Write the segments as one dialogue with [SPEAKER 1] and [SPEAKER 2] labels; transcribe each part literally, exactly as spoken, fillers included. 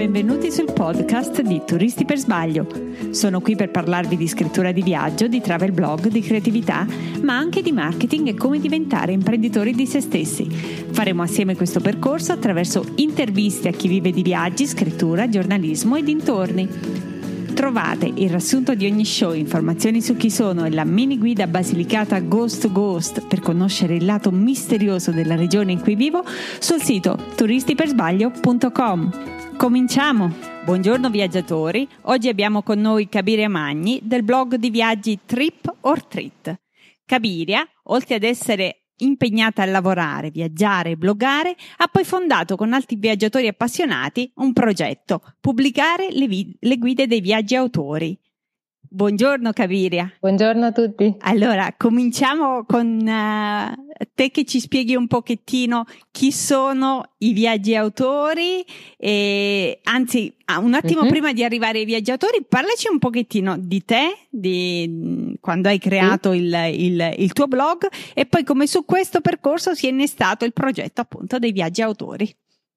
[SPEAKER 1] benvenuti sul podcast di Turisti per Sbaglio. Sono qui per parlarvi di scrittura di viaggio, di travel blog, di creatività, ma anche di marketing e come diventare imprenditori di se stessi. Faremo assieme questo percorso attraverso interviste a chi vive di viaggi, scrittura, giornalismo e dintorni. Trovate il riassunto di ogni show, informazioni su chi sono e la mini guida Basilicata Ghost to Ghost per conoscere il lato misterioso della regione in cui vivo sul sito turisti per sbaglio punto com. Cominciamo! Buongiorno viaggiatori, oggi abbiamo con noi Cabiria Magni del blog di viaggi Trip or Treat. Cabiria, oltre ad essere impegnata a lavorare, viaggiare e bloggare, ha poi fondato con altri viaggiatori appassionati un progetto, pubblicare le, vi- le guide dei viaggi autori. Buongiorno Cabiria.
[SPEAKER 2] Buongiorno a tutti.
[SPEAKER 1] Allora, cominciamo con uh, te che ci spieghi un pochettino chi sono i viaggi autori e anzi, un attimo uh-huh. prima di arrivare ai viaggiatori, parlaci un pochettino di te, di quando hai creato sì. il, il, il tuo blog e poi come su questo percorso si è innestato il progetto appunto dei viaggi autori.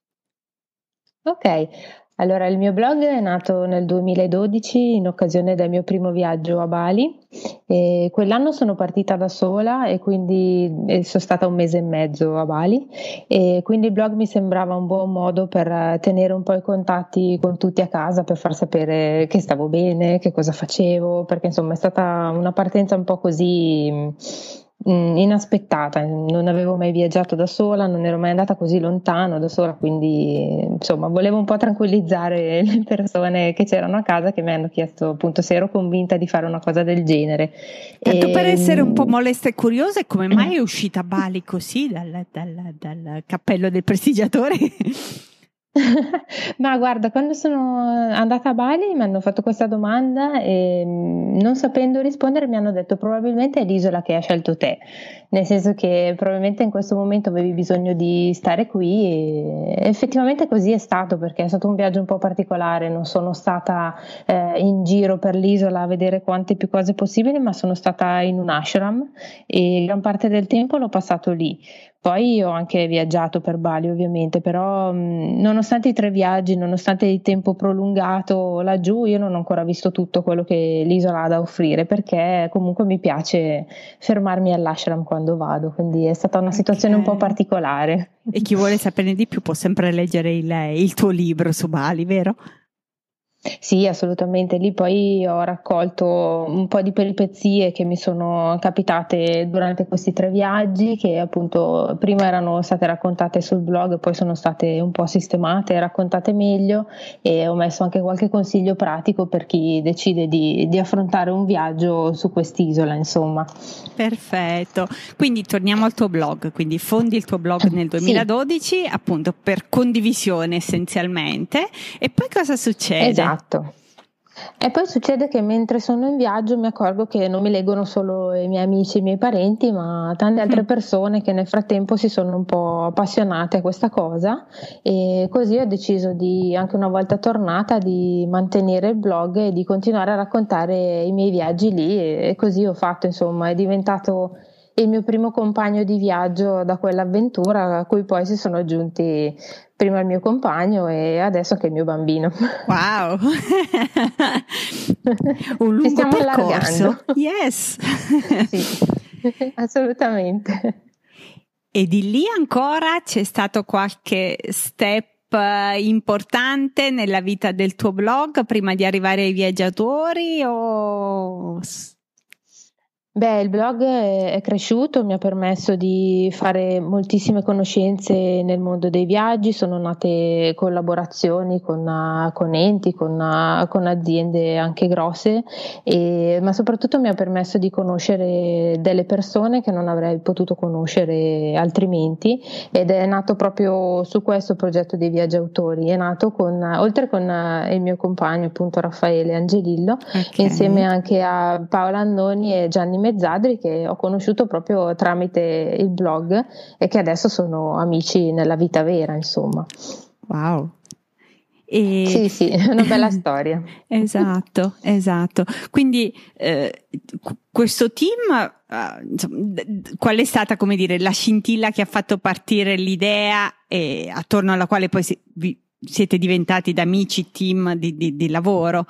[SPEAKER 2] Ok. Allora, il mio blog è nato nel duemiladodici in occasione del mio primo viaggio a Bali e quell'anno sono partita da sola e quindi sono stata un mese e mezzo a Bali e quindi il blog mi sembrava un buon modo per tenere un po' i contatti con tutti a casa, per far sapere che stavo bene, che cosa facevo, perché insomma è stata una partenza un po' così inaspettata, non avevo mai viaggiato da sola, non ero mai andata così lontano da sola, quindi insomma volevo un po' tranquillizzare le persone che c'erano a casa, che mi hanno chiesto appunto se ero convinta di fare una cosa del genere.
[SPEAKER 1] Tanto e... per essere un po' molesta e curiosa, come mai è uscita a Bali così dal, dal, dal cappello del prestigiatore?
[SPEAKER 2] Ma guarda, quando sono andata a Bali mi hanno fatto questa domanda e non sapendo rispondere mi hanno detto probabilmente è l'isola che hai scelto te, nel senso che probabilmente in questo momento avevi bisogno di stare qui e effettivamente così è stato, perché è stato un viaggio un po' particolare, non sono stata eh, in giro per l'isola a vedere quante più cose possibili, ma sono stata in un ashram e gran parte del tempo l'ho passato lì. Poi ho anche viaggiato per Bali ovviamente, però mh, nonostante i tre viaggi, nonostante il tempo prolungato laggiù, io non ho ancora visto tutto quello che l'isola ha da offrire, perché comunque mi piace fermarmi all'ashram quando vado, quindi è stata una okay. situazione un po' particolare.
[SPEAKER 1] E chi vuole saperne di più può sempre leggere il, il tuo libro su Bali, vero?
[SPEAKER 2] Sì, assolutamente. Lì poi ho raccolto un po' di peripezie che mi sono capitate durante questi tre viaggi, che appunto prima erano state raccontate sul blog, poi sono state un po' sistemate e raccontate meglio, e ho messo anche qualche consiglio pratico per chi decide di, di affrontare un viaggio su quest'isola, insomma.
[SPEAKER 1] Perfetto. Quindi torniamo al tuo blog, quindi fondi il tuo blog nel duemiladodici, sì. appunto per condivisione essenzialmente, e poi cosa succede?
[SPEAKER 2] Esatto. Esatto. E poi succede che mentre sono in viaggio mi accorgo che non mi leggono solo i miei amici e i miei parenti, ma tante altre persone che nel frattempo si sono un po' appassionate a questa cosa, e così ho deciso di, anche una volta tornata, di mantenere il blog e di continuare a raccontare i miei viaggi lì, e così ho fatto, insomma, è diventato il mio primo compagno di viaggio da quell'avventura, a cui poi si sono aggiunti prima il mio compagno e adesso anche il mio bambino.
[SPEAKER 1] Wow! Un lungo
[SPEAKER 2] Ci stiamo
[SPEAKER 1] percorso.
[SPEAKER 2] Allargando.
[SPEAKER 1] Yes!
[SPEAKER 2] Sì, assolutamente.
[SPEAKER 1] E di lì ancora c'è stato qualche step importante nella vita del tuo blog prima di arrivare ai viaggiatori o...
[SPEAKER 2] Beh, il blog è cresciuto, mi ha permesso di fare moltissime conoscenze nel mondo dei viaggi, sono nate collaborazioni con, con enti, con, con aziende anche grosse, e, ma soprattutto mi ha permesso di conoscere delle persone che non avrei potuto conoscere altrimenti, ed è nato proprio su questo progetto dei viaggi autori, è nato con, oltre con il mio compagno appunto Raffaele Angelillo, okay. insieme anche a Paola Annoni e Gianni Mezzadri, che ho conosciuto proprio tramite il blog e che adesso sono amici nella vita vera, insomma.
[SPEAKER 1] Wow. E...
[SPEAKER 2] Sì, sì, è una bella storia.
[SPEAKER 1] Esatto, esatto. Quindi eh, questo team, uh, insomma, d- qual è stata, come dire, la scintilla che ha fatto partire l'idea e attorno alla quale poi si, vi, siete diventati da amici, team di, di, di lavoro?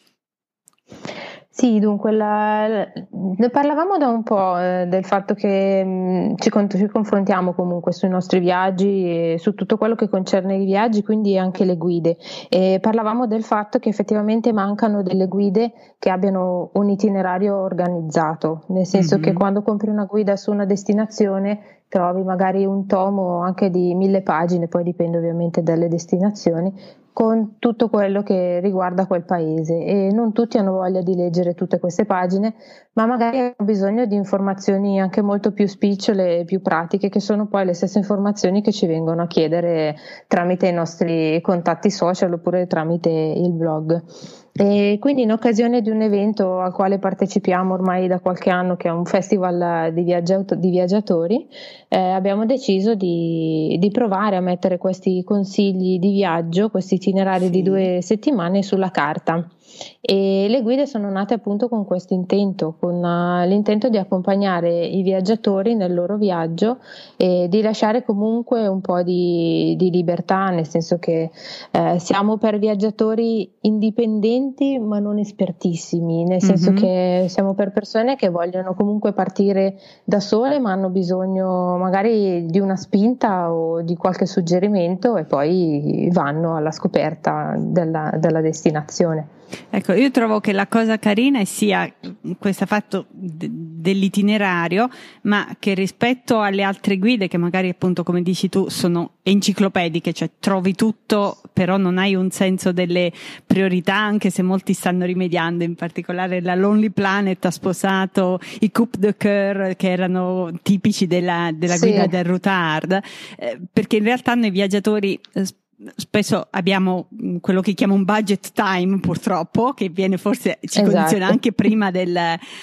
[SPEAKER 2] Sì, dunque la, ne parlavamo da un po' eh, del fatto che mh, ci, con- ci confrontiamo comunque sui nostri viaggi e su tutto quello che concerne i viaggi, quindi anche le guide. E parlavamo del fatto che effettivamente mancano delle guide che abbiano un itinerario organizzato, nel senso
[SPEAKER 1] Mm-hmm.
[SPEAKER 2] che quando compri una guida su una destinazione trovi magari un tomo anche di mille pagine, poi dipende ovviamente dalle destinazioni, con tutto quello che riguarda quel paese, e non tutti hanno voglia di leggere tutte queste pagine, ma magari hanno bisogno di informazioni anche molto più spicciole e più pratiche, che sono poi le stesse informazioni che ci vengono a chiedere tramite i nostri contatti social oppure tramite il blog. E quindi in occasione di un evento al quale partecipiamo ormai da qualche anno, che è un festival di, viaggiato- di viaggiatori, eh, abbiamo deciso di, di provare a mettere questi consigli di viaggio, questi itinerari
[SPEAKER 1] Sì.
[SPEAKER 2] di due settimane sulla carta. E le guide sono nate appunto con questo intento, con uh, l'intento di accompagnare i viaggiatori nel loro viaggio e di lasciare comunque un po' di, di libertà, nel senso che eh, siamo per viaggiatori indipendenti ma non espertissimi, nel senso
[SPEAKER 1] Mm-hmm.
[SPEAKER 2] che siamo per persone che vogliono comunque partire da sole ma hanno bisogno magari di una spinta o di qualche suggerimento e poi vanno alla scoperta della, della destinazione.
[SPEAKER 1] Ecco, io trovo che la cosa carina sia questo fatto de- dell'itinerario, ma che rispetto alle altre guide che magari appunto, come dici tu, sono enciclopediche, cioè trovi tutto, però non hai un senso delle priorità, anche se molti stanno rimediando, in particolare la Lonely Planet ha sposato i coup de cœur che erano tipici della, della
[SPEAKER 2] Sì.
[SPEAKER 1] guida del Routard, eh, perché in realtà noi viaggiatori eh, spesso abbiamo quello che chiamo un budget time, purtroppo, che viene forse ci
[SPEAKER 2] Esatto.
[SPEAKER 1] condiziona anche prima del,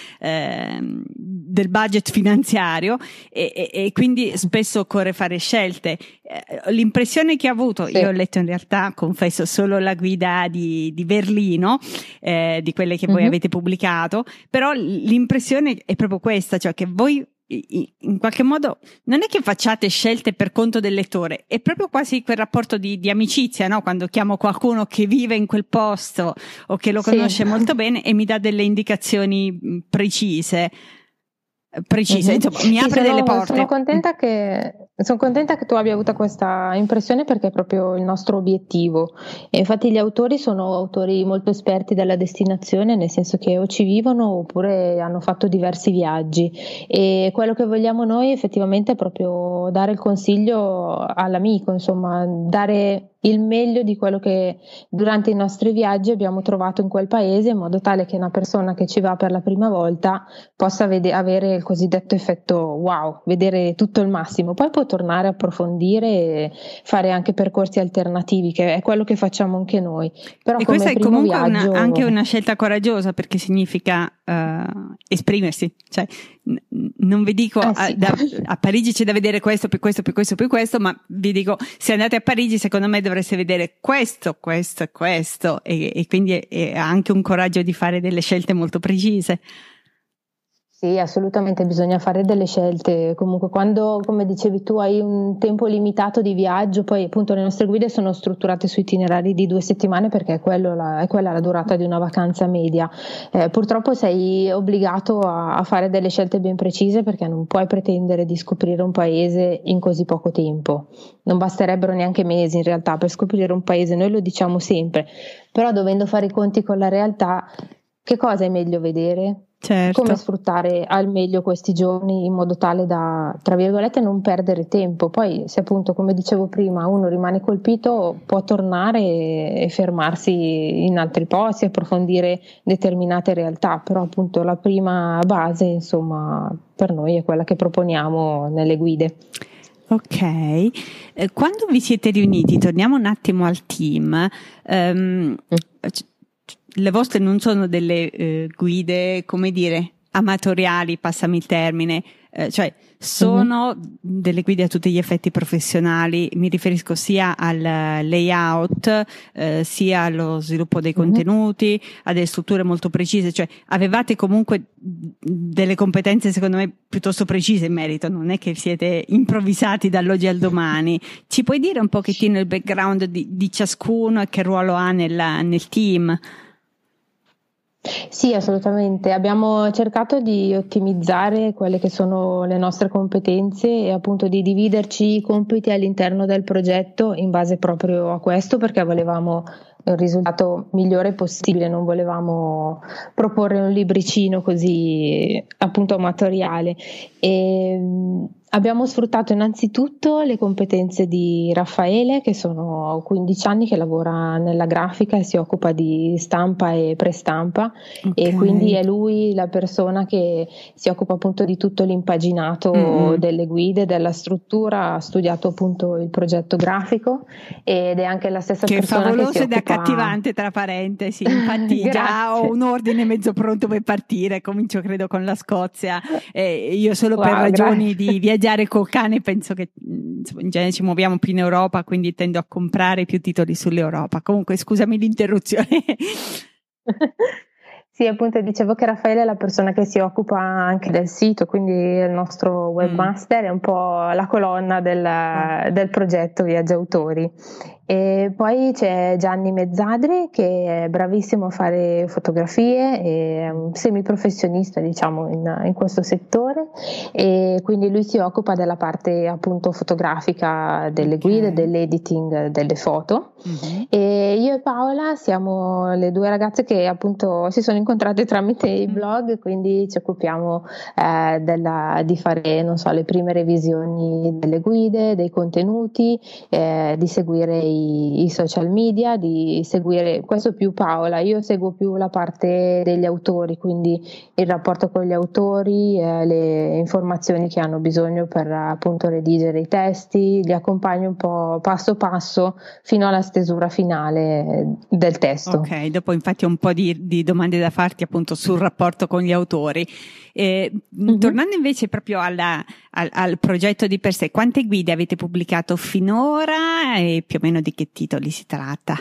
[SPEAKER 1] eh, del budget finanziario e, e, e quindi spesso occorre fare scelte. Eh, l'impressione che ho avuto,
[SPEAKER 2] Sì.
[SPEAKER 1] io ho letto in realtà, confesso, solo la guida di, di Berlino, eh, di quelle che voi
[SPEAKER 2] Mm-hmm.
[SPEAKER 1] avete pubblicato, però l'impressione è proprio questa, cioè che voi in qualche modo non è che facciate scelte per conto del lettore, è proprio quasi quel rapporto di, di amicizia, no? Quando chiamo qualcuno che vive in quel posto o che lo conosce
[SPEAKER 2] Sì.
[SPEAKER 1] molto bene e mi dà delle indicazioni precise, precise,
[SPEAKER 2] Mm-hmm.
[SPEAKER 1] insomma, mi
[SPEAKER 2] Sì,
[SPEAKER 1] apre
[SPEAKER 2] sono,
[SPEAKER 1] delle porte.
[SPEAKER 2] Sono contenta che, sono contenta che tu abbia avuto questa impressione, perché è proprio il nostro obiettivo. E infatti gli autori sono autori molto esperti della destinazione, nel senso che o ci vivono oppure hanno fatto diversi viaggi, e quello che vogliamo noi effettivamente è proprio dare il consiglio all'amico, insomma, dare il meglio di quello che durante i nostri viaggi abbiamo trovato in quel paese, in modo tale che una persona che ci va per la prima volta possa vede- avere il cosiddetto effetto wow, vedere tutto il massimo. Poi può tornare a approfondire e fare anche percorsi alternativi, che è quello che facciamo anche noi. Però
[SPEAKER 1] E
[SPEAKER 2] come
[SPEAKER 1] questa è
[SPEAKER 2] primo
[SPEAKER 1] comunque
[SPEAKER 2] viaggio...
[SPEAKER 1] una, anche una scelta coraggiosa, perché significa uh, esprimersi, cioè n- non vi dico
[SPEAKER 2] Eh
[SPEAKER 1] a,
[SPEAKER 2] sì.
[SPEAKER 1] da, a Parigi c'è da vedere questo, più questo, più questo, più questo, ma vi dico, se andate a Parigi secondo me dovreste vedere questo, questo e questo, e, e quindi è, è anche un coraggio di fare delle scelte molto precise.
[SPEAKER 2] Sì, assolutamente, bisogna fare delle scelte. Comunque, quando, come dicevi tu, hai un tempo limitato di viaggio, poi appunto le nostre guide sono strutturate su itinerari di due settimane, perché è, quello la, è quella la durata di una vacanza media. Eh, purtroppo sei obbligato a, a fare delle scelte ben precise, perché non puoi pretendere di scoprire un paese in così poco tempo. Non basterebbero neanche mesi in realtà per scoprire un paese, noi lo diciamo sempre, però dovendo fare i conti con la realtà, che cosa è meglio vedere?
[SPEAKER 1] Certo.
[SPEAKER 2] Come sfruttare al meglio questi giorni in modo tale da, tra virgolette, non perdere tempo. Poi, se appunto, come dicevo prima, uno rimane colpito, può tornare e, e fermarsi in altri posti, approfondire determinate realtà, però appunto la prima base, insomma, per noi è quella che proponiamo nelle guide.
[SPEAKER 1] Ok, eh, quando vi siete riuniti, torniamo un attimo al team, um, mm. le vostre non sono delle eh, guide, come dire, amatoriali, passami il termine, eh, cioè sono mm-hmm. delle guide a tutti gli effetti professionali, mi riferisco sia al layout, eh, sia allo sviluppo dei mm-hmm. contenuti, a delle strutture molto precise, cioè avevate comunque delle competenze secondo me piuttosto precise in merito, non è che siete improvvisati dall'oggi al domani. Ci puoi dire un pochettino il background di, di ciascuno e che ruolo ha nel, nel team?
[SPEAKER 2] Sì, assolutamente. Abbiamo cercato di ottimizzare quelle che sono le nostre competenze e appunto di dividerci i compiti all'interno del progetto in base proprio a questo, perché volevamo il risultato migliore possibile, non volevamo proporre un libricino così appunto amatoriale. E abbiamo sfruttato innanzitutto le competenze di Raffaele, che sono quindici anni che lavora nella grafica e si occupa di stampa e prestampa, okay. E quindi è lui la persona che si occupa appunto di tutto l'impaginato mm-hmm. delle guide, della struttura, ha studiato appunto il progetto grafico ed è anche la stessa
[SPEAKER 1] che
[SPEAKER 2] persona che si occupa...
[SPEAKER 1] Che è favoloso ed accattivante, tra parentesi, infatti già ho un ordine mezzo pronto per partire, comincio credo con la Scozia, e io solo wow, per ragioni grazie. Di viaggiare col cane penso che insomma, in genere ci muoviamo più in Europa, quindi tendo a comprare più titoli sull'Europa. Comunque scusami l'interruzione.
[SPEAKER 2] Sì, appunto dicevo che Raffaele è la persona che si occupa anche del sito, quindi il nostro webmaster mm. è un po' la colonna del, mm. del progetto Viaggi Autori. E poi c'è Gianni Mezzadri che è bravissimo a fare fotografie, è un semiprofessionista diciamo in, in questo settore, e quindi lui si occupa della parte appunto fotografica delle okay. guide, dell'editing delle foto. Mm-hmm. E io e Paola siamo le due ragazze che appunto si sono incontrate tramite i blog, quindi ci occupiamo eh, della, di fare non so le prime revisioni delle guide, dei contenuti, eh, di seguire i i social media, di seguire, questo più Paola, io seguo più la parte degli autori, quindi il rapporto con gli autori, eh, le informazioni che hanno bisogno per appunto redigere i testi, li accompagno un po' passo passo fino alla stesura finale del testo.
[SPEAKER 1] Ok, dopo infatti ho un po' di, di domande da farti appunto sul rapporto con gli autori. Eh, mm-hmm. Tornando invece proprio alla, al, al progetto di per sé, quante guide avete pubblicato finora e più o meno di che titoli si tratta?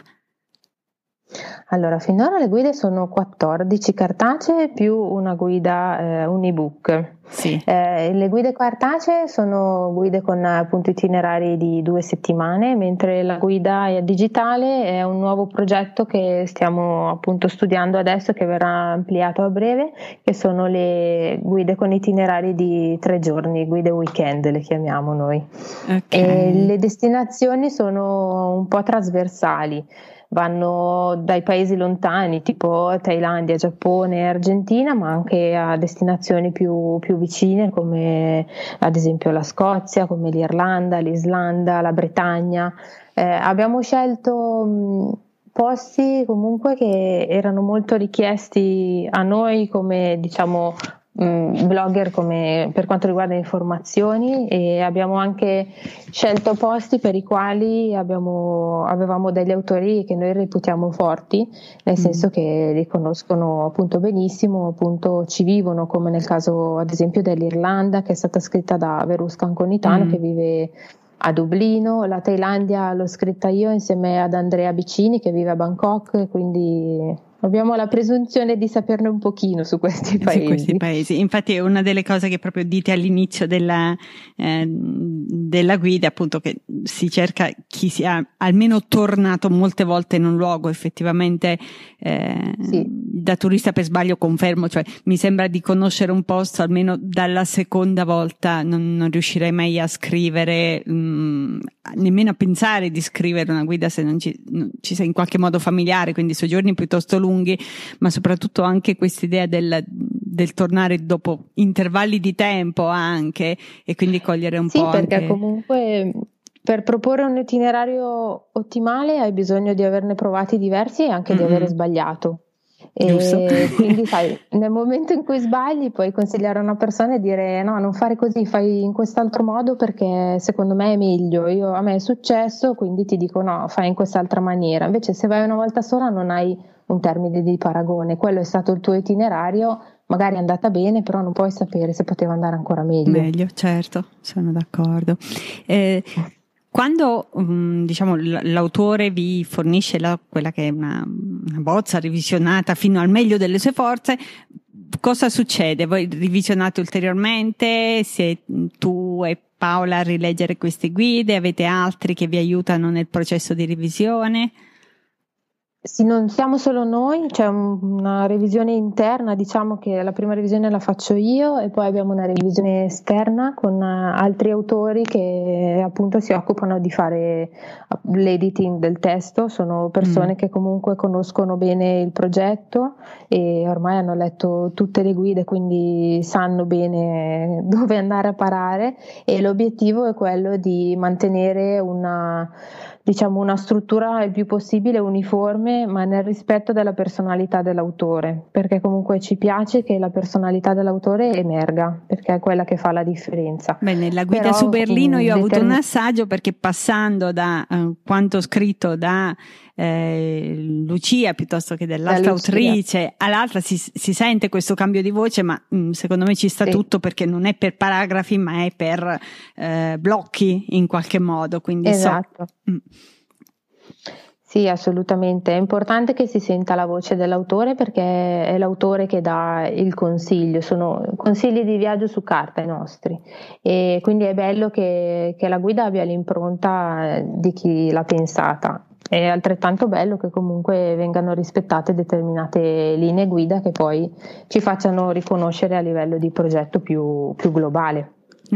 [SPEAKER 2] Allora, finora le guide sono quattordici cartacee più una guida, eh, un ebook.
[SPEAKER 1] Sì.
[SPEAKER 2] Eh, le guide cartacee sono guide con appunto itinerari di due settimane, mentre la guida digitale è un nuovo progetto che stiamo appunto studiando adesso, che verrà ampliato a breve, che sono le guide con itinerari di tre giorni, guide weekend le chiamiamo noi.
[SPEAKER 1] Okay.
[SPEAKER 2] E le destinazioni sono un po' trasversali. Vanno dai paesi lontani tipo Thailandia, Giappone, Argentina, ma anche a destinazioni più, più vicine come ad esempio la Scozia, come l'Irlanda, l'Islanda, la Bretagna. Eh, abbiamo scelto mh, posti comunque che erano molto richiesti a noi come diciamo blogger come per quanto riguarda informazioni, e abbiamo anche scelto posti per i quali abbiamo, avevamo degli autori che noi reputiamo forti, nel mm. senso che li conoscono appunto benissimo, appunto ci vivono, come nel caso ad esempio dell'Irlanda, che è stata scritta da Verusca Anconitano mm. che vive a Dublino. La Thailandia l'ho scritta io insieme ad Andrea Bicini che vive a Bangkok, quindi abbiamo la presunzione di saperne un pochino su questi paesi.
[SPEAKER 1] Su questi paesi. Infatti è una delle cose che proprio dite all'inizio della, eh, della guida, appunto, che si cerca chi sia almeno tornato molte volte in un luogo effettivamente, eh, sì. Da turista per sbaglio confermo, cioè mi sembra di conoscere un posto almeno dalla seconda volta, non, non riuscirei mai a scrivere, mh, nemmeno a pensare di scrivere una guida se non ci, non ci sei in qualche modo familiare, quindi soggiorni piuttosto lunghi, ma soprattutto anche quest'idea del, del tornare dopo intervalli di tempo anche, e quindi cogliere un
[SPEAKER 2] sì,
[SPEAKER 1] po'
[SPEAKER 2] perché
[SPEAKER 1] anche...
[SPEAKER 2] comunque per proporre un itinerario ottimale hai bisogno di averne provati diversi e anche mm-hmm. di avere sbagliato. E quindi sai, nel momento in cui sbagli puoi consigliare a una persona e dire no, non fare così, fai in quest'altro modo perché secondo me è meglio. Io, a me è successo, quindi ti dico no, fai in quest'altra maniera. Invece se vai una volta sola non hai un termine di paragone, quello è stato il tuo itinerario, magari è andata bene, però non puoi sapere se poteva andare ancora meglio.
[SPEAKER 1] Meglio, certo, sono d'accordo. Eh, Quando um, diciamo l'autore vi fornisce la, quella che è una, una bozza revisionata fino al meglio delle sue forze, cosa succede? Voi revisionate ulteriormente? Se tu e Paola a rileggere queste guide, avete altri che vi aiutano nel processo di revisione?
[SPEAKER 2] Sì, non siamo solo noi, c'è un, una revisione interna, diciamo che la prima revisione la faccio io e poi abbiamo una revisione esterna con uh, altri autori che appunto si occupano di fare uh, l'editing del testo, sono persone mm. che comunque conoscono bene il progetto e ormai hanno letto tutte le guide, quindi sanno bene dove andare a parare e l'obiettivo è quello di mantenere una, diciamo, una struttura il più possibile uniforme, ma nel rispetto della personalità dell'autore, perché comunque ci piace che la personalità dell'autore emerga, perché è quella che fa la differenza.
[SPEAKER 1] Beh, nella guida Però, su Berlino io ho avuto un assaggio, perché passando da uh, quanto scritto da eh, Lucia piuttosto che dell'altra autrice all'altra si, si sente questo cambio di voce, ma mh, secondo me ci sta sì. tutto, perché non è per paragrafi ma è per eh, blocchi in qualche modo, quindi
[SPEAKER 2] esatto.
[SPEAKER 1] So, mh.
[SPEAKER 2] Sì, assolutamente. È importante che si senta la voce dell'autore, perché è l'autore che dà il consiglio, sono consigli di viaggio su carta i nostri, e quindi è bello che, che la guida abbia l'impronta di chi l'ha pensata. È altrettanto bello che comunque vengano rispettate determinate linee guida che poi ci facciano riconoscere a livello di progetto più, più globale.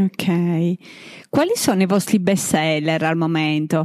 [SPEAKER 1] Ok. Quali sono i vostri best seller al momento?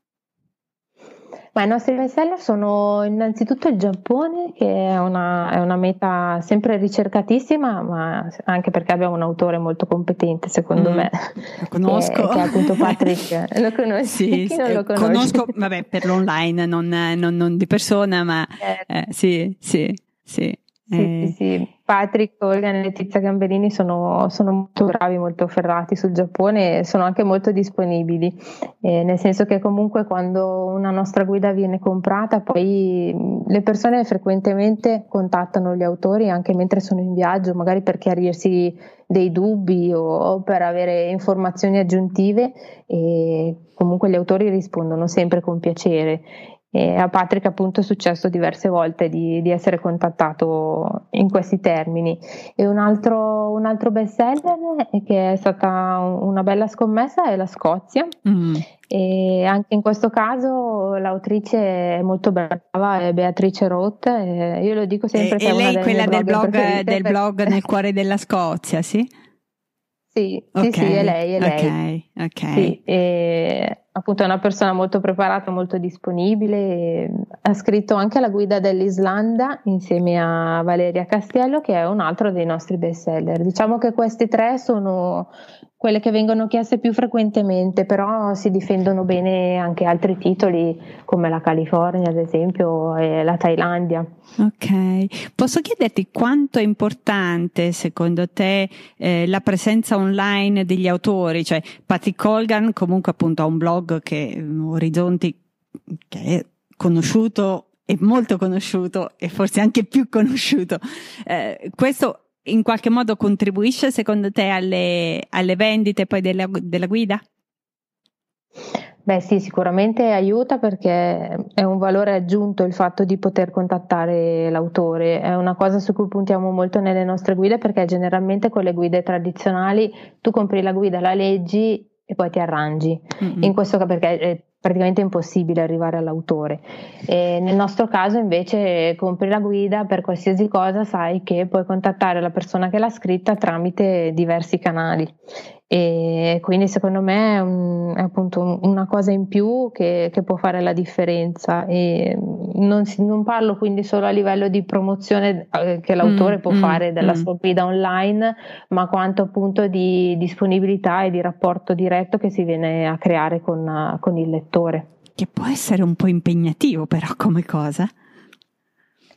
[SPEAKER 2] Ma i nostri best seller sono innanzitutto il Giappone, che è una, è una meta sempre ricercatissima, ma anche perché abbiamo un autore molto competente, secondo mm, me.
[SPEAKER 1] Lo conosco.
[SPEAKER 2] Che, che è appunto Patrick. Lo conosci?
[SPEAKER 1] Sì,
[SPEAKER 2] Chi non lo conosce?
[SPEAKER 1] Conosco, vabbè, per l'online, non, non, non di persona, ma eh, sì, sì, sì.
[SPEAKER 2] Sì, eh. sì, sì. Patrick, Olga e Letizia Gamberini sono, sono molto bravi, molto ferrati sul Giappone e sono anche molto disponibili, eh, nel senso che comunque quando una nostra guida viene comprata poi le persone frequentemente contattano gli autori anche mentre sono in viaggio, magari per chiarirsi dei dubbi o, o per avere informazioni aggiuntive, e comunque gli autori rispondono sempre con piacere. E a Patrick appunto è successo diverse volte di, di essere contattato in questi termini. E un altro, un altro best seller che è stata una bella scommessa è la Scozia, mm. e anche in questo caso l'autrice è molto brava, è Beatrice Roth, e io lo dico sempre, e, che
[SPEAKER 1] e
[SPEAKER 2] è
[SPEAKER 1] lei
[SPEAKER 2] una
[SPEAKER 1] quella del blog, del
[SPEAKER 2] per...
[SPEAKER 1] blog Nel cuore della Scozia, sì?
[SPEAKER 2] Sì,
[SPEAKER 1] okay.
[SPEAKER 2] sì, sì, è lei, è lei.
[SPEAKER 1] Ok, ok.
[SPEAKER 2] Sì, e appunto è una persona molto preparata, molto disponibile, e ha scritto anche la guida dell'Islanda insieme a Valeria Castiello, che è un altro dei nostri best seller. Diciamo che questi tre sono quelle che vengono chieste più frequentemente, però si difendono bene anche altri titoli come la California, ad esempio, e la Thailandia.
[SPEAKER 1] Ok, posso chiederti quanto è importante secondo te eh, la presenza online degli autori? Cioè Patrick Colgan comunque appunto ha un blog che Orizzonti, che è conosciuto, è molto conosciuto e forse anche più conosciuto. Eh, questo in qualche modo contribuisce secondo te alle, alle vendite poi della, della guida?
[SPEAKER 2] Beh sì, sicuramente aiuta, perché è un valore aggiunto il fatto di poter contattare l'autore, è una cosa su cui puntiamo molto nelle nostre guide, perché generalmente con le guide tradizionali tu compri la guida, la leggi e poi ti arrangi, mm-hmm. in questo caso perché è praticamente impossibile arrivare all'autore. E nel nostro caso invece compri la guida, per qualsiasi cosa sai che puoi contattare la persona che l'ha scritta tramite diversi canali, e quindi secondo me è, un, è appunto una cosa in più che, che può fare la differenza, e non, si, non parlo quindi solo a livello di promozione che l'autore mm, può mm, fare della mm. sua guida online, ma quanto appunto di disponibilità e di rapporto diretto che si viene a creare con, con il lettore.
[SPEAKER 1] Che può essere un po' impegnativo però come cosa.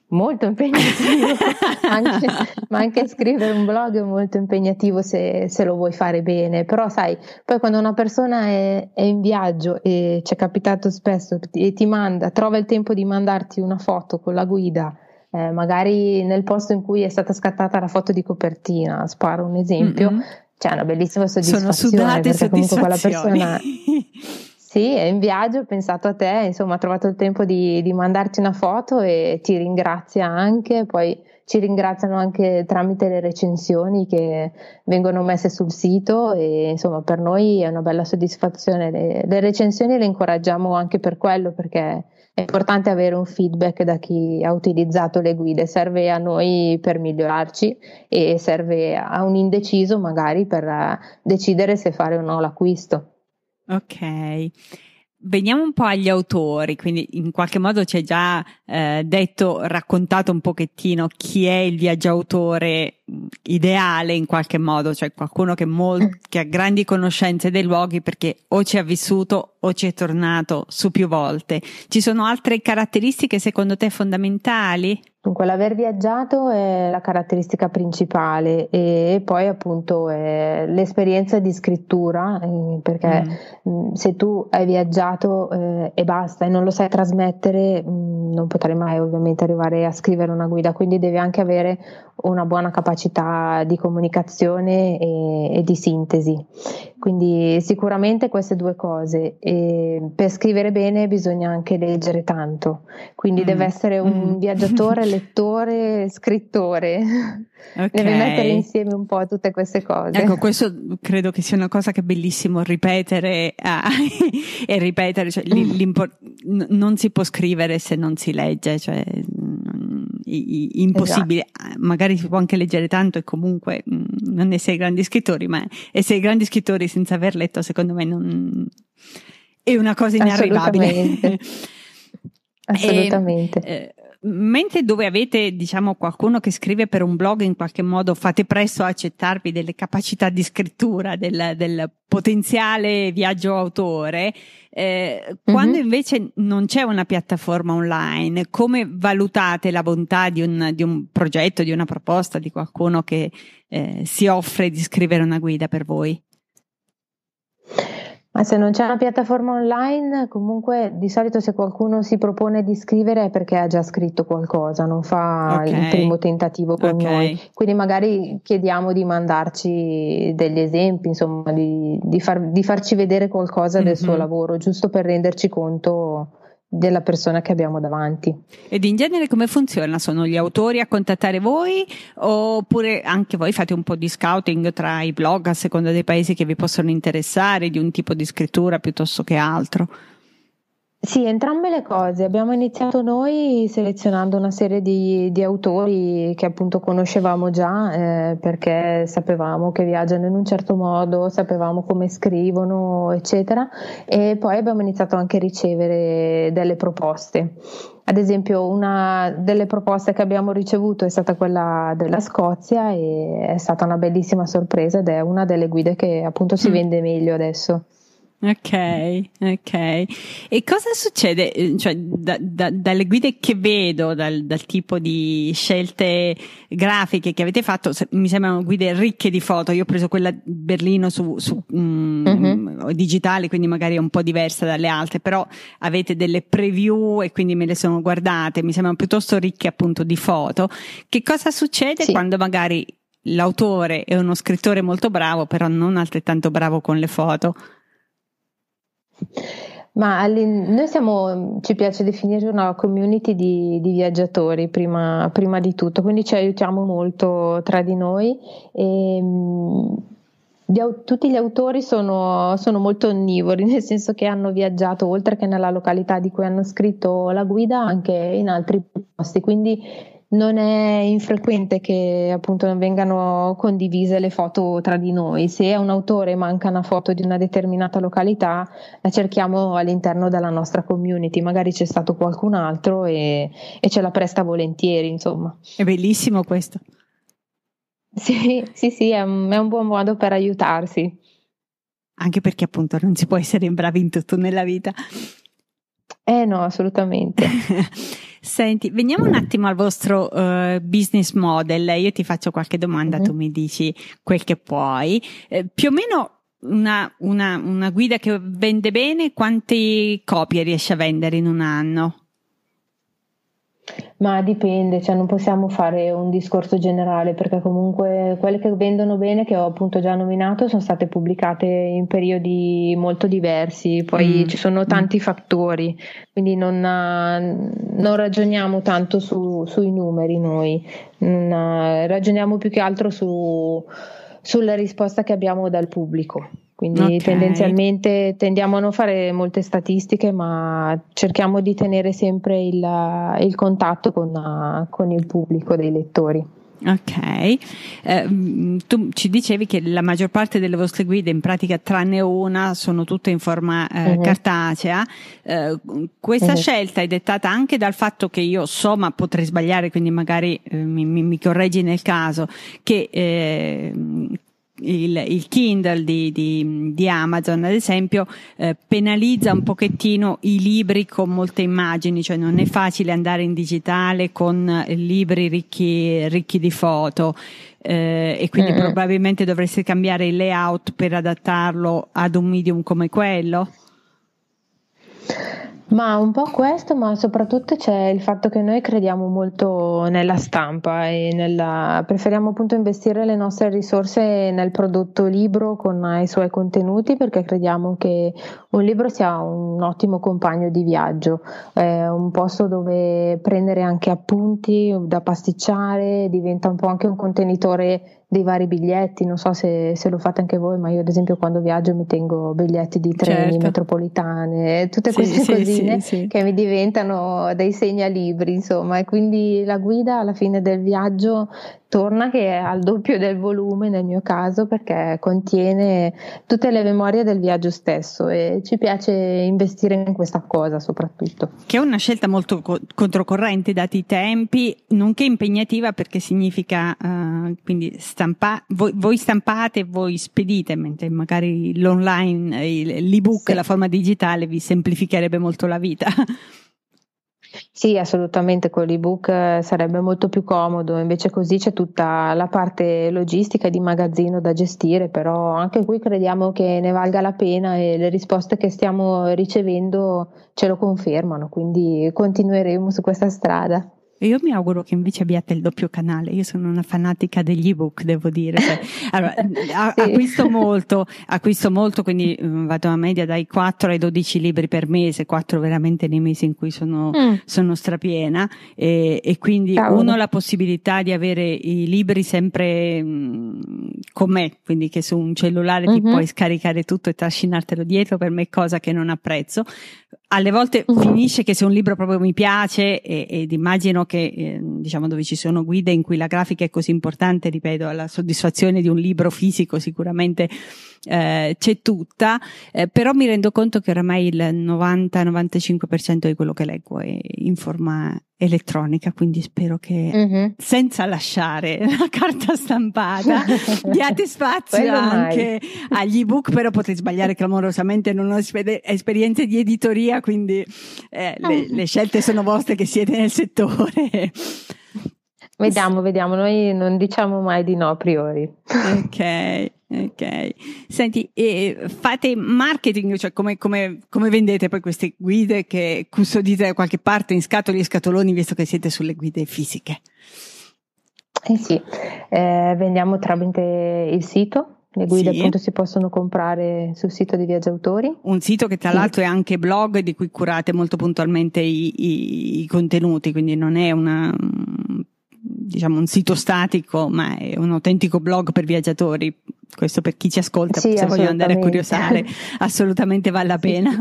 [SPEAKER 2] Molto impegnativo, anche, ma anche scrivere un blog è molto impegnativo se, se lo vuoi fare bene, però sai, poi quando una persona è, è in viaggio e ci è capitato spesso e ti manda, trova il tempo di mandarti una foto con la guida, eh, magari nel posto in cui è stata scattata la foto di copertina, sparo un esempio, mm-hmm. C'è una bellissima soddisfazione.
[SPEAKER 1] Sono sudate
[SPEAKER 2] perché comunque quella persona sì, è in viaggio, ha pensato a te, insomma ha trovato il tempo di, di mandarti una foto e ti ringrazia anche, poi ci ringraziano anche tramite le recensioni che vengono messe sul sito e insomma per noi è una bella soddisfazione. Le, le recensioni le incoraggiamo anche per quello, perché è importante avere un feedback da chi ha utilizzato le guide, serve a noi per migliorarci e serve a un indeciso magari per decidere se fare o no l'acquisto.
[SPEAKER 1] Ok, veniamo un po' agli autori, quindi in qualche modo ci hai già eh, detto, raccontato un pochettino chi è il viaggiautore ideale in qualche modo, cioè qualcuno che, mol- che ha grandi conoscenze dei luoghi perché o ci ha vissuto o ci è tornato su più volte. Ci sono altre caratteristiche secondo te fondamentali?
[SPEAKER 2] Dunque, l'aver viaggiato è la caratteristica principale e poi appunto è l'esperienza di scrittura, eh, perché mm. mh, se tu hai viaggiato eh, e basta e non lo sai trasmettere, mh, non potrai mai ovviamente arrivare a scrivere una guida, quindi devi anche avere una buona capacità di comunicazione e, e di sintesi. Quindi sicuramente queste due cose. E per scrivere bene bisogna anche leggere tanto, quindi mm. deve essere un mm. viaggiatore, lettore, scrittore. Okay. Deve mettere insieme un po' tutte queste cose.
[SPEAKER 1] Ecco, questo credo che sia una cosa che è bellissimo ripetere ah, e ripetere, cioè, n- non si può scrivere se non si legge, cioè impossibile. Esatto. Magari si può anche leggere tanto e comunque mh, non essere grandi scrittori, ma essere grandi scrittori senza aver letto secondo me non è una cosa inarrivabile.
[SPEAKER 2] Assolutamente. Assolutamente.
[SPEAKER 1] E, eh, mentre dove avete, diciamo, qualcuno che scrive per un blog, in qualche modo fate presto a accettarvi delle capacità di scrittura del, del potenziale viaggio autore, eh, mm-hmm. quando invece non c'è una piattaforma online, come valutate la bontà di un, di un progetto, di una proposta, di qualcuno che eh, si offre di scrivere una guida per voi?
[SPEAKER 2] Ma se non c'è una piattaforma online, comunque di solito se qualcuno si propone di scrivere è perché ha già scritto qualcosa, non fa okay. il primo tentativo con okay. noi. Quindi magari chiediamo di mandarci degli esempi, insomma, di, di, far, di farci vedere qualcosa mm-hmm. del suo lavoro, giusto per renderci conto della persona che abbiamo davanti.
[SPEAKER 1] Ed in genere come funziona? Sono gli autori a contattare voi oppure anche voi fate un po' di scouting tra i blog a seconda dei paesi che vi possono interessare, di un tipo di scrittura piuttosto che altro?
[SPEAKER 2] Sì, entrambe le cose. Abbiamo iniziato noi selezionando una serie di, di autori che appunto conoscevamo già eh, perché sapevamo che viaggiano in un certo modo, sapevamo come scrivono, eccetera, e poi abbiamo iniziato anche a ricevere delle proposte. Ad esempio, una delle proposte che abbiamo ricevuto è stata quella della Scozia e è stata una bellissima sorpresa ed è una delle guide che appunto si mm. vende meglio adesso.
[SPEAKER 1] Ok, ok. E cosa succede? Cioè, da, da, dalle guide che vedo, dal, dal tipo di scelte grafiche che avete fatto, mi sembrano guide ricche di foto. Io ho preso quella Berlino su, su mm, mm-hmm. digitale, quindi magari è un po' diversa dalle altre, però avete delle preview e quindi me le sono guardate, mi sembrano piuttosto ricche appunto di foto. Che cosa succede sì. quando magari l'autore è uno scrittore molto bravo, però non altrettanto bravo con le foto?
[SPEAKER 2] Ma noi siamo, ci piace definire una community di, di viaggiatori prima, prima di tutto, quindi ci aiutiamo molto tra di noi e gli, tutti gli autori sono, sono molto onnivori, nel senso che hanno viaggiato oltre che nella località di cui hanno scritto la guida anche in altri posti, quindi non è infrequente che appunto non vengano condivise le foto tra di noi. Se a un autore manca una foto di una determinata località, la cerchiamo all'interno della nostra community, magari c'è stato qualcun altro e, e ce la presta volentieri, insomma.
[SPEAKER 1] È bellissimo questo.
[SPEAKER 2] Sì, sì, sì, è un, è un buon modo per aiutarsi.
[SPEAKER 1] Anche perché appunto non si può essere bravi in tutto nella vita.
[SPEAKER 2] Eh no, assolutamente.
[SPEAKER 1] Senti, veniamo un attimo al vostro uh, business model. Io ti faccio qualche domanda,
[SPEAKER 2] Mm-hmm.
[SPEAKER 1] tu mi dici quel che puoi. Eh, più o meno una, una, una guida che vende bene, quante copie riesce a vendere in un anno?
[SPEAKER 2] Ma dipende, cioè non possiamo fare un discorso generale perché comunque quelle che vendono bene, che ho appunto già nominato, sono state pubblicate in periodi molto diversi, poi
[SPEAKER 1] Mm,
[SPEAKER 2] ci sono
[SPEAKER 1] mm.
[SPEAKER 2] tanti fattori, quindi non, non ragioniamo tanto su, sui numeri noi, non, ragioniamo più che altro su, sulla risposta che abbiamo dal pubblico. Quindi
[SPEAKER 1] Ok.
[SPEAKER 2] tendenzialmente tendiamo a non fare molte statistiche, ma cerchiamo di tenere sempre il, il contatto con, con il pubblico dei lettori.
[SPEAKER 1] Ok, eh, tu ci dicevi che la maggior parte delle vostre guide, in pratica tranne una, sono tutte in forma eh, uh-huh. cartacea. Eh, questa uh-huh. scelta è dettata anche dal fatto che io so, ma potrei sbagliare, quindi magari eh, mi, mi, mi correggi nel caso, che eh, Il, il Kindle di, di, di Amazon, ad esempio, eh, penalizza un pochettino i libri con molte immagini, cioè non è facile andare in digitale con libri ricchi, ricchi di foto, eh, e quindi mm-hmm. probabilmente dovreste cambiare il layout per adattarlo ad un medium come quello.
[SPEAKER 2] Ma un po' questo, ma soprattutto c'è il fatto che noi crediamo molto nella stampa e nella, preferiamo appunto investire le nostre risorse nel prodotto libro con i suoi contenuti, perché crediamo che un libro sia un ottimo compagno di viaggio, è un posto dove prendere anche appunti da pasticciare, diventa un po' anche un contenitore dei vari biglietti, non so se, se lo fate anche voi, ma io ad esempio quando viaggio mi tengo biglietti di treni, certo. metropolitane, tutte
[SPEAKER 1] sì,
[SPEAKER 2] queste
[SPEAKER 1] sì,
[SPEAKER 2] cosine
[SPEAKER 1] sì, sì.
[SPEAKER 2] che mi diventano dei segnalibri, insomma, e quindi la guida alla fine del viaggio torna che è al doppio del volume nel mio caso, perché contiene tutte le memorie del viaggio stesso e ci piace investire in questa cosa soprattutto.
[SPEAKER 1] Che è una scelta molto co- controcorrente dati i tempi, nonché impegnativa, perché significa uh, quindi stampa- voi, voi stampate, voi spedite, mentre magari l'online, l'ebook, sì. la forma digitale vi semplificherebbe molto la vita.
[SPEAKER 2] Sì, assolutamente, con l'ebook sarebbe molto più comodo, invece così c'è tutta la parte logistica di magazzino da gestire, però anche qui crediamo che ne valga la pena e le risposte che stiamo ricevendo ce lo confermano, quindi continueremo su questa strada.
[SPEAKER 1] Io mi auguro che invece abbiate il doppio canale. Io sono una fanatica degli ebook, devo dire. Cioè, allora, sì. acquisto molto, acquisto molto, quindi um, vado a media dai quattro ai dodici libri per mese, quattro veramente nei mesi in cui sono, mm. sono strapiena, e, e quindi Cavolo. uno ha la possibilità di avere i libri sempre um, con me, quindi che su un cellulare mm-hmm. ti puoi scaricare tutto e trascinartelo dietro, per me è cosa che non apprezzo. Alle volte mm. finisce che se un libro proprio mi piace, e, ed immagino che eh, diciamo dove ci sono guide in cui la grafica è così importante, ripeto, la soddisfazione di un libro fisico sicuramente eh, c'è tutta, eh, però mi rendo conto che oramai il novanta novantacinque per cento di quello che leggo è in forma elettronica, quindi spero che mm-hmm. senza lasciare la carta stampata diate spazio anche mai. agli ebook, però potrei sbagliare clamorosamente, non ho esper- esperienze di editoria, quindi eh, le, le scelte sono vostre che siete nel settore.
[SPEAKER 2] Vediamo, vediamo, noi non diciamo mai di no a priori.
[SPEAKER 1] Ok, ok. Senti, e fate marketing, cioè come, come, come vendete poi queste guide che custodite da qualche parte in scatole e scatoloni, visto che siete sulle guide fisiche?
[SPEAKER 2] Eh sì, eh, vendiamo tramite il sito. Le guide sì. appunto si possono comprare sul sito di Viaggi Autori.
[SPEAKER 1] Un sito che tra sì. l'altro è anche blog, di cui curate molto puntualmente i, i, i contenuti, quindi non è una, diciamo un sito statico, ma è un autentico blog per viaggiatori. Questo per chi ci ascolta, sì, se vogliono andare a curiosare, assolutamente vale la pena.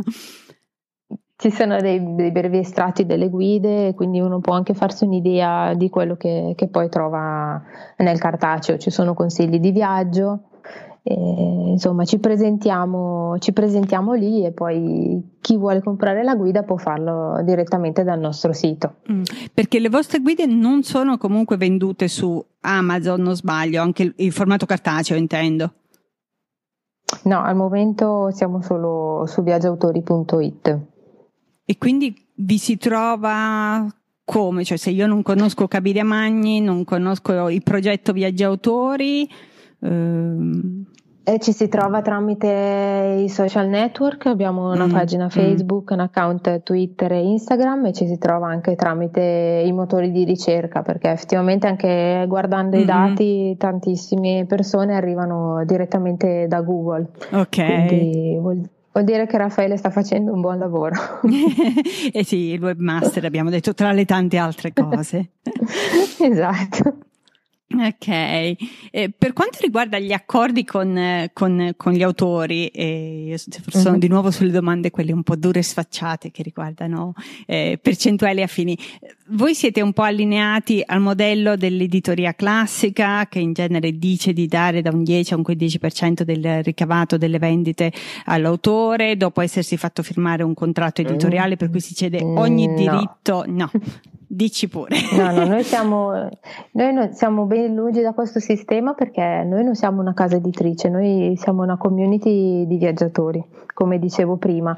[SPEAKER 2] Ci sono dei, dei brevi estratti delle guide, quindi uno può anche farsi un'idea di quello che, che poi trova nel cartaceo. Ci sono consigli di viaggio. E, insomma ci presentiamo, ci presentiamo lì, e poi chi vuole comprare la guida può farlo direttamente dal nostro sito.
[SPEAKER 1] Mm, perché le vostre guide non sono comunque vendute su Amazon, non sbaglio, anche il, il formato cartaceo intendo.
[SPEAKER 2] No, al momento siamo solo su viaggiautori punto it.
[SPEAKER 1] E quindi vi si trova come? Cioè, se io non conosco Cabiria Magni, non conosco il progetto Viaggi Autori, ehm...
[SPEAKER 2] E ci si trova tramite i social network, abbiamo una mm, pagina Facebook, mm. un account Twitter e Instagram, e ci si trova anche tramite i motori di ricerca, perché effettivamente anche guardando mm-hmm. i dati tantissime persone arrivano direttamente da Google.
[SPEAKER 1] Ok.
[SPEAKER 2] Quindi vuol, vuol dire che Raffaele sta facendo un buon lavoro.
[SPEAKER 1] Eh sì, il webmaster abbiamo detto, tra le tante altre cose.
[SPEAKER 2] Esatto.
[SPEAKER 1] Ok, eh, per quanto riguarda gli accordi con, con, con gli autori, eh, io sono mm-hmm. di nuovo sulle domande quelle un po' dure e sfacciate che riguardano eh, percentuali affini. Voi siete un po' allineati al modello dell'editoria classica, che in genere dice di dare da un dieci a un quindici per cento del ricavato delle vendite all'autore, dopo essersi fatto firmare un contratto editoriale per cui si cede ogni no. diritto, no. Dici pure.
[SPEAKER 2] No, no, noi siamo, noi non, siamo ben lungi da questo sistema, perché noi non siamo una casa editrice, noi siamo una community di viaggiatori, come dicevo prima.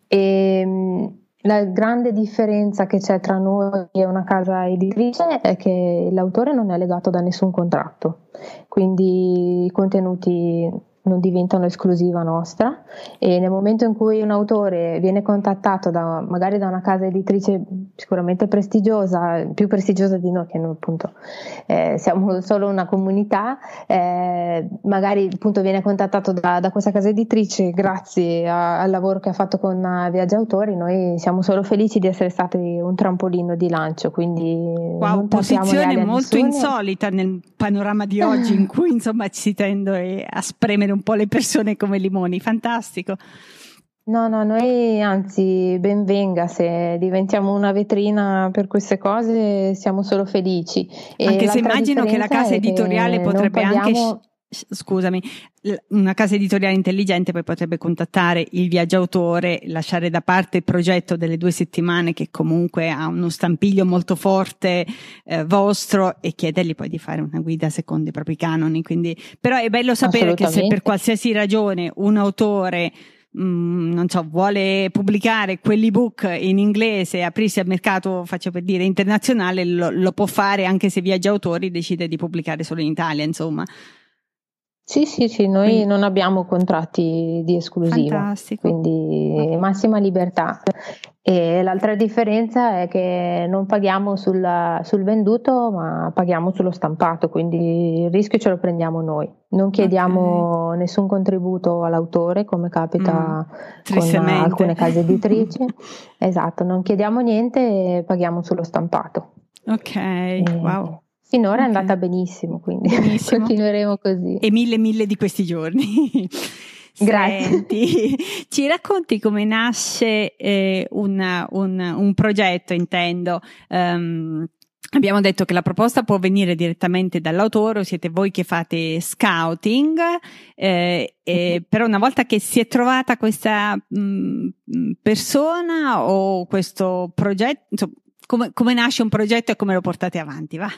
[SPEAKER 2] E la grande differenza che c'è tra noi e una casa editrice è che l'autore non è legato da nessun contratto, quindi i contenuti non diventano esclusiva nostra, e nel momento in cui un autore viene contattato da, magari da una casa editrice sicuramente prestigiosa, più prestigiosa di noi, che noi appunto eh, siamo solo una comunità, eh, magari appunto viene contattato da, da questa casa editrice grazie a, al lavoro che ha fatto con Viaggi Autori, noi siamo solo felici di essere stati un trampolino di lancio, quindi
[SPEAKER 1] wow,
[SPEAKER 2] non
[SPEAKER 1] posizione molto insolita nel panorama di oggi, in cui insomma ci si tende a spremere un po' le persone come limoni. Fantastico.
[SPEAKER 2] No, no, noi anzi, ben venga, se diventiamo una vetrina per queste cose siamo solo felici. E
[SPEAKER 1] anche se immagino che la casa editoriale potrebbe paghiamo... anche, scusami, una casa editoriale intelligente poi potrebbe contattare il viaggiautore, lasciare da parte il progetto delle due settimane che comunque ha uno stampiglio molto forte eh, vostro, e chiedergli poi di fare una guida secondo i propri canoni. Quindi, però è bello sapere che se per qualsiasi ragione un autore Mm, non so, vuole pubblicare quell'ebook in inglese e aprirsi al mercato, faccio per dire, internazionale, lo, lo può fare, anche se Viaggi Autori decide di pubblicare solo in Italia, insomma.
[SPEAKER 2] Sì, sì, sì, noi quindi non abbiamo contratti di esclusiva, fantastico. Quindi massima libertà. E l'altra differenza è che non paghiamo sul, sul venduto, ma paghiamo sullo stampato, quindi il rischio ce lo prendiamo noi. Non chiediamo okay. nessun contributo all'autore, come capita mm, con alcune case editrici. Esatto, non chiediamo niente e paghiamo sullo stampato.
[SPEAKER 1] Ok,
[SPEAKER 2] e
[SPEAKER 1] wow.
[SPEAKER 2] Finora
[SPEAKER 1] okay.
[SPEAKER 2] è andata benissimo, quindi
[SPEAKER 1] benissimo.
[SPEAKER 2] Continueremo così.
[SPEAKER 1] E mille mille di questi giorni.
[SPEAKER 2] Grazie.
[SPEAKER 1] Senti, ci racconti come nasce eh, una, un, un progetto, intendo. Um, abbiamo detto che la proposta può venire direttamente dall'autore, o siete voi che fate scouting, eh, eh, però una volta che si è trovata questa mh, persona o questo progetto, insomma, come, come nasce un progetto e come lo portate avanti, va?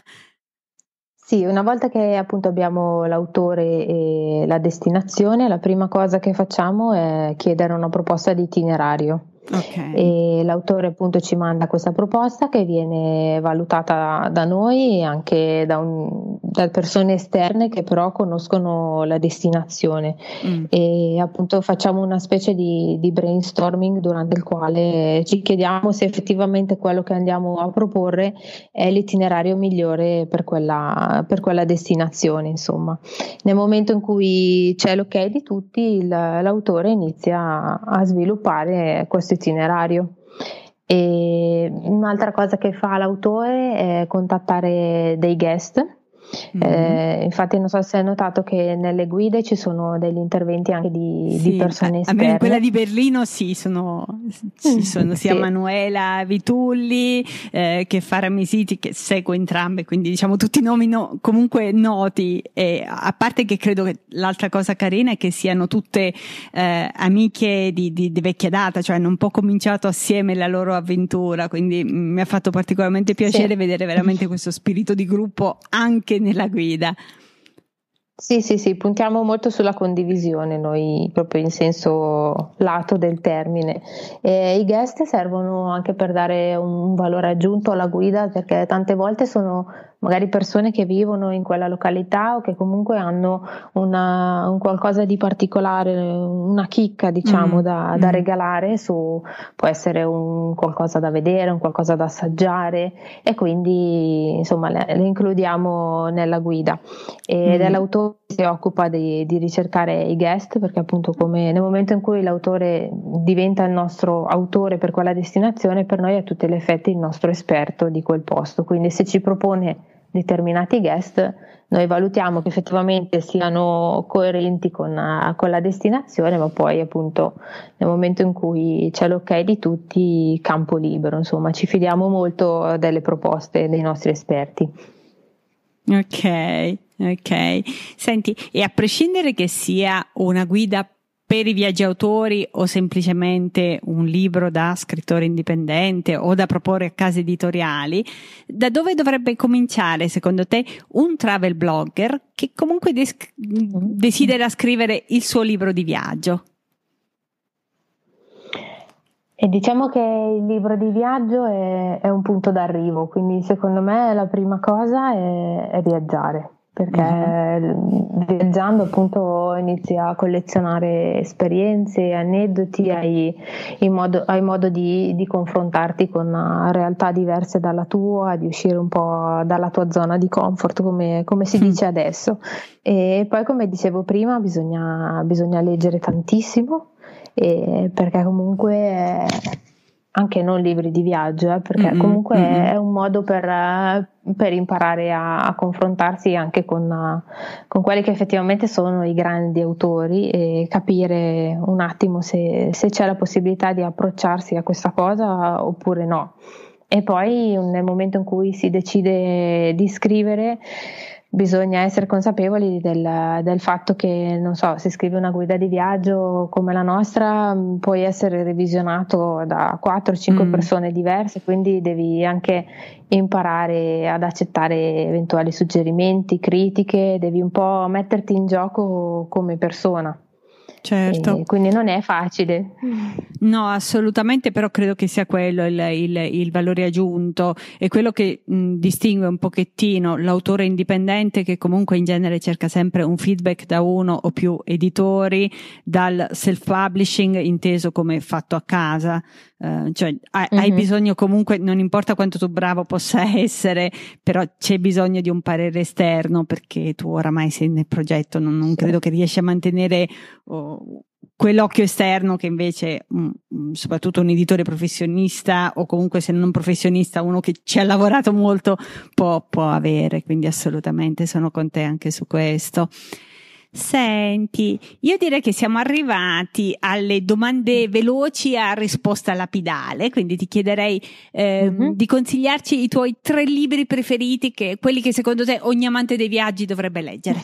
[SPEAKER 2] Sì, una volta che appunto abbiamo l'autore e la destinazione, la prima cosa che facciamo è chiedere una proposta di itinerario.
[SPEAKER 1] Okay.
[SPEAKER 2] E l'autore appunto ci manda questa proposta, che viene valutata da noi e anche da, un, da persone esterne che però conoscono la destinazione. Mm. E appunto facciamo una specie di, di brainstorming, durante il quale ci chiediamo se effettivamente quello che andiamo a proporre è l'itinerario migliore per quella, per quella destinazione, insomma. Nel momento in cui c'è l'ok di tutti, il, l'autore inizia a sviluppare questo itinerario. E un'altra cosa che fa l'autore è contattare dei guest. Mm-hmm. Eh, infatti non so se hai notato che nelle guide ci sono degli interventi anche di, sì, di persone esterne.
[SPEAKER 1] A me in quella di Berlino sì, sono, ci sono sia sì. Manuela Vitulli eh, che Farah Mesiti, che seguo entrambe, quindi diciamo tutti nomi no, comunque noti, e a parte che credo che l'altra cosa carina è che siano tutte eh, amiche di, di, di vecchia data, cioè hanno un po' cominciato assieme la loro avventura, quindi mi ha fatto particolarmente piacere sì. vedere veramente questo spirito di gruppo anche nella guida.
[SPEAKER 2] Sì, sì, sì, puntiamo molto sulla condivisione, noi proprio in senso lato del termine. E i guest servono anche per dare un valore aggiunto alla guida, perché tante volte sono magari persone che vivono in quella località o che comunque hanno una, un qualcosa di particolare, una chicca, diciamo,
[SPEAKER 1] Mm,
[SPEAKER 2] da, da
[SPEAKER 1] mm,
[SPEAKER 2] regalare su, può essere un qualcosa da vedere, un qualcosa da assaggiare e quindi insomma le, le includiamo nella guida. Ed è
[SPEAKER 1] mm.
[SPEAKER 2] l'autore che si occupa di, di ricercare i guest, perché appunto come nel momento in cui l'autore diventa il nostro autore per quella destinazione, per noi è a tutti gli effetti il nostro esperto di quel posto, quindi se ci propone determinati guest noi valutiamo che effettivamente siano coerenti con, uh, con la destinazione, ma poi appunto nel momento in cui c'è l'ok di tutti, campo libero, insomma ci fidiamo molto delle proposte dei nostri esperti.
[SPEAKER 1] Ok, ok. Senti, e a prescindere che sia una guida per i viaggiatori o semplicemente un libro da scrittore indipendente o da proporre a case editoriali, da dove dovrebbe cominciare secondo te un travel blogger che comunque des- desidera scrivere il suo libro di viaggio?
[SPEAKER 2] E diciamo che il libro di viaggio è, è un punto d'arrivo, quindi secondo me la prima cosa è, è viaggiare, perché mm-hmm. viaggiando appunto inizi a collezionare esperienze, aneddoti, hai, modo, hai modo di, di confrontarti con realtà diverse dalla tua, di uscire un po' dalla tua zona di comfort, come, come si dice adesso. E poi, come dicevo prima, bisogna, bisogna leggere tantissimo. E perché comunque è, anche non libri di viaggio, eh, perché mm-mm, comunque mm-mm. è un modo per, per imparare a, a confrontarsi anche con, con quelli che effettivamente sono i grandi autori e capire un attimo se, se c'è la possibilità di approcciarsi a questa cosa oppure no. E poi nel momento in cui si decide di scrivere bisogna essere consapevoli del, del fatto che, non so, se scrivi una guida di viaggio come la nostra, puoi essere revisionato da quattro cinque mm. persone diverse, quindi devi anche imparare ad accettare eventuali suggerimenti, critiche, devi un po' metterti in gioco come persona.
[SPEAKER 1] Certo.
[SPEAKER 2] E quindi non è facile.
[SPEAKER 1] No, assolutamente, però credo che sia quello il, il, il valore aggiunto e quello che mh, distingue un pochettino l'autore indipendente, che comunque in genere cerca sempre un feedback da uno o più editori, dal self-publishing inteso come fatto a casa. Uh, cioè hai, mm-hmm. hai bisogno comunque, non importa quanto tu bravo possa essere, però c'è bisogno di un parere esterno, perché tu oramai sei nel progetto, non, non credo che riesci a mantenere oh, quell'occhio esterno che invece mh, soprattutto un editore professionista o comunque se non professionista uno che ci ha lavorato molto può, può avere, quindi assolutamente sono con te anche su questo. Senti, io direi che siamo arrivati alle domande veloci a risposta lapidale, quindi ti chiederei eh, mm-hmm. di consigliarci i tuoi tre libri preferiti, che, quelli che secondo te ogni amante dei viaggi dovrebbe leggere.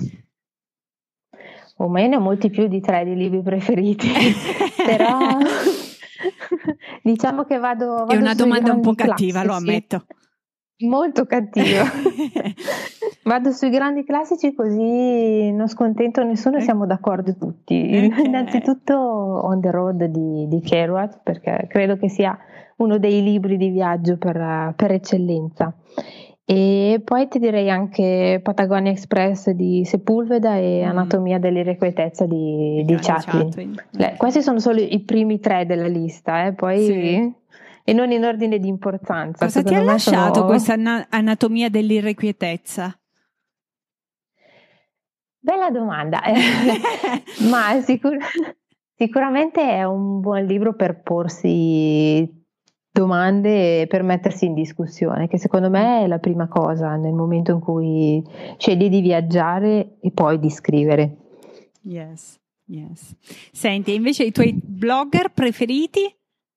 [SPEAKER 2] Oh, ma io ne ho molti più di tre di libri preferiti, però diciamo che vado, vado
[SPEAKER 1] È una domanda un po' cattiva,
[SPEAKER 2] classici.
[SPEAKER 1] Lo ammetto.
[SPEAKER 2] Molto cattiva. Vado sui grandi classici così non scontento nessuno e siamo d'accordo tutti. Okay. Innanzitutto On the Road di, di Kerouac, perché credo che sia uno dei libri di viaggio per, per eccellenza. E poi ti direi anche Patagonia Express di Sepulveda e mm. Anatomia dell'irrequietezza di, di Chaplin. Chaplin. Okay. Questi sono solo i primi tre della lista, eh? Poi... Sì. E non in ordine di importanza.
[SPEAKER 1] Cosa ti ha lasciato sono... questa na- anatomia dell'irrequietezza?
[SPEAKER 2] Bella domanda, ma sicur- sicuramente è un buon libro per porsi domande e per mettersi in discussione, che secondo me è la prima cosa nel momento in cui scegli di viaggiare e poi di scrivere.
[SPEAKER 1] Yes, yes. Senti, invece i tuoi blogger preferiti?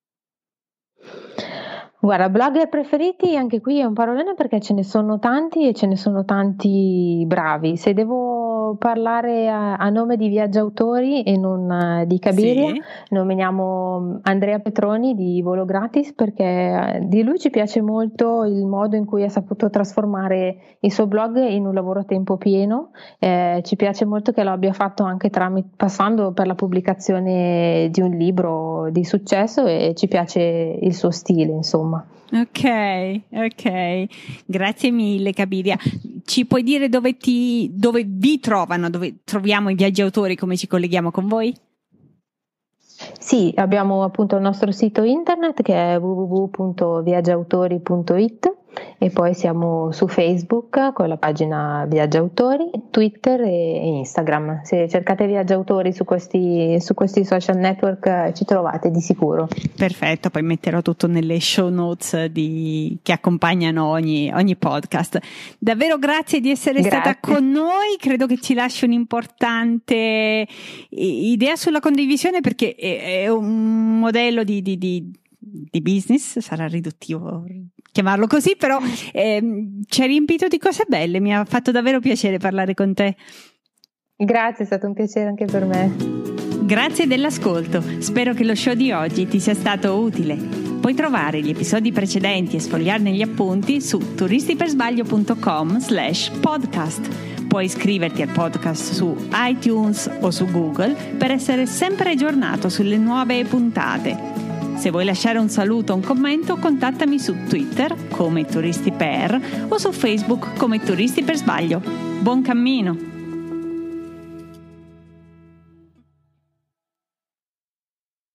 [SPEAKER 2] Guarda, blogger preferiti anche qui è un parolone perché ce ne sono tanti e ce ne sono tanti bravi. Se devo vogliamo parlare a, a nome di Viaggiautori e non uh, di Cabiria. Sì. Nominiamo Andrea Petroni di Volo Gratis, perché di lui ci piace molto il modo in cui ha saputo trasformare il suo blog in un lavoro a tempo pieno. Eh, ci piace molto che lo abbia fatto anche tramite, passando per la pubblicazione di un libro di successo, e ci piace il suo stile, insomma.
[SPEAKER 1] Ok, ok, grazie mille Cabiria. Ci puoi dire dove ti, dove vi trovano, dove troviamo i Viaggiautori, come ci colleghiamo con voi?
[SPEAKER 2] Sì, abbiamo appunto il nostro sito internet che è w w w punto viaggiautori punto i t, e poi siamo su Facebook con la pagina Viaggiautori, Twitter e Instagram. Se cercate Viaggiautori su questi, su questi social network ci trovate di sicuro.
[SPEAKER 1] Perfetto, poi metterò tutto nelle show notes di, che accompagnano ogni, ogni podcast. Davvero grazie di essere grazie. stata con noi, credo che ci lasci un'importante idea sulla condivisione, perché è, è un modello di, di, di, di business, sarà riduttivo chiamarlo così, però eh, ci hai riempito di cose belle, mi ha fatto davvero piacere parlare con te.
[SPEAKER 2] Grazie, è stato un piacere anche per me.
[SPEAKER 1] Grazie dell'ascolto, spero che lo show di oggi ti sia stato utile. Puoi trovare gli episodi precedenti e sfogliarne gli appunti su turistipersbaglio punto com slash podcast. Puoi iscriverti al podcast su iTunes o su Google per essere sempre aggiornato sulle nuove puntate. Se vuoi lasciare un saluto o un commento, contattami su Twitter come TuristiPer o su Facebook come Turisti per Sbaglio. Buon cammino!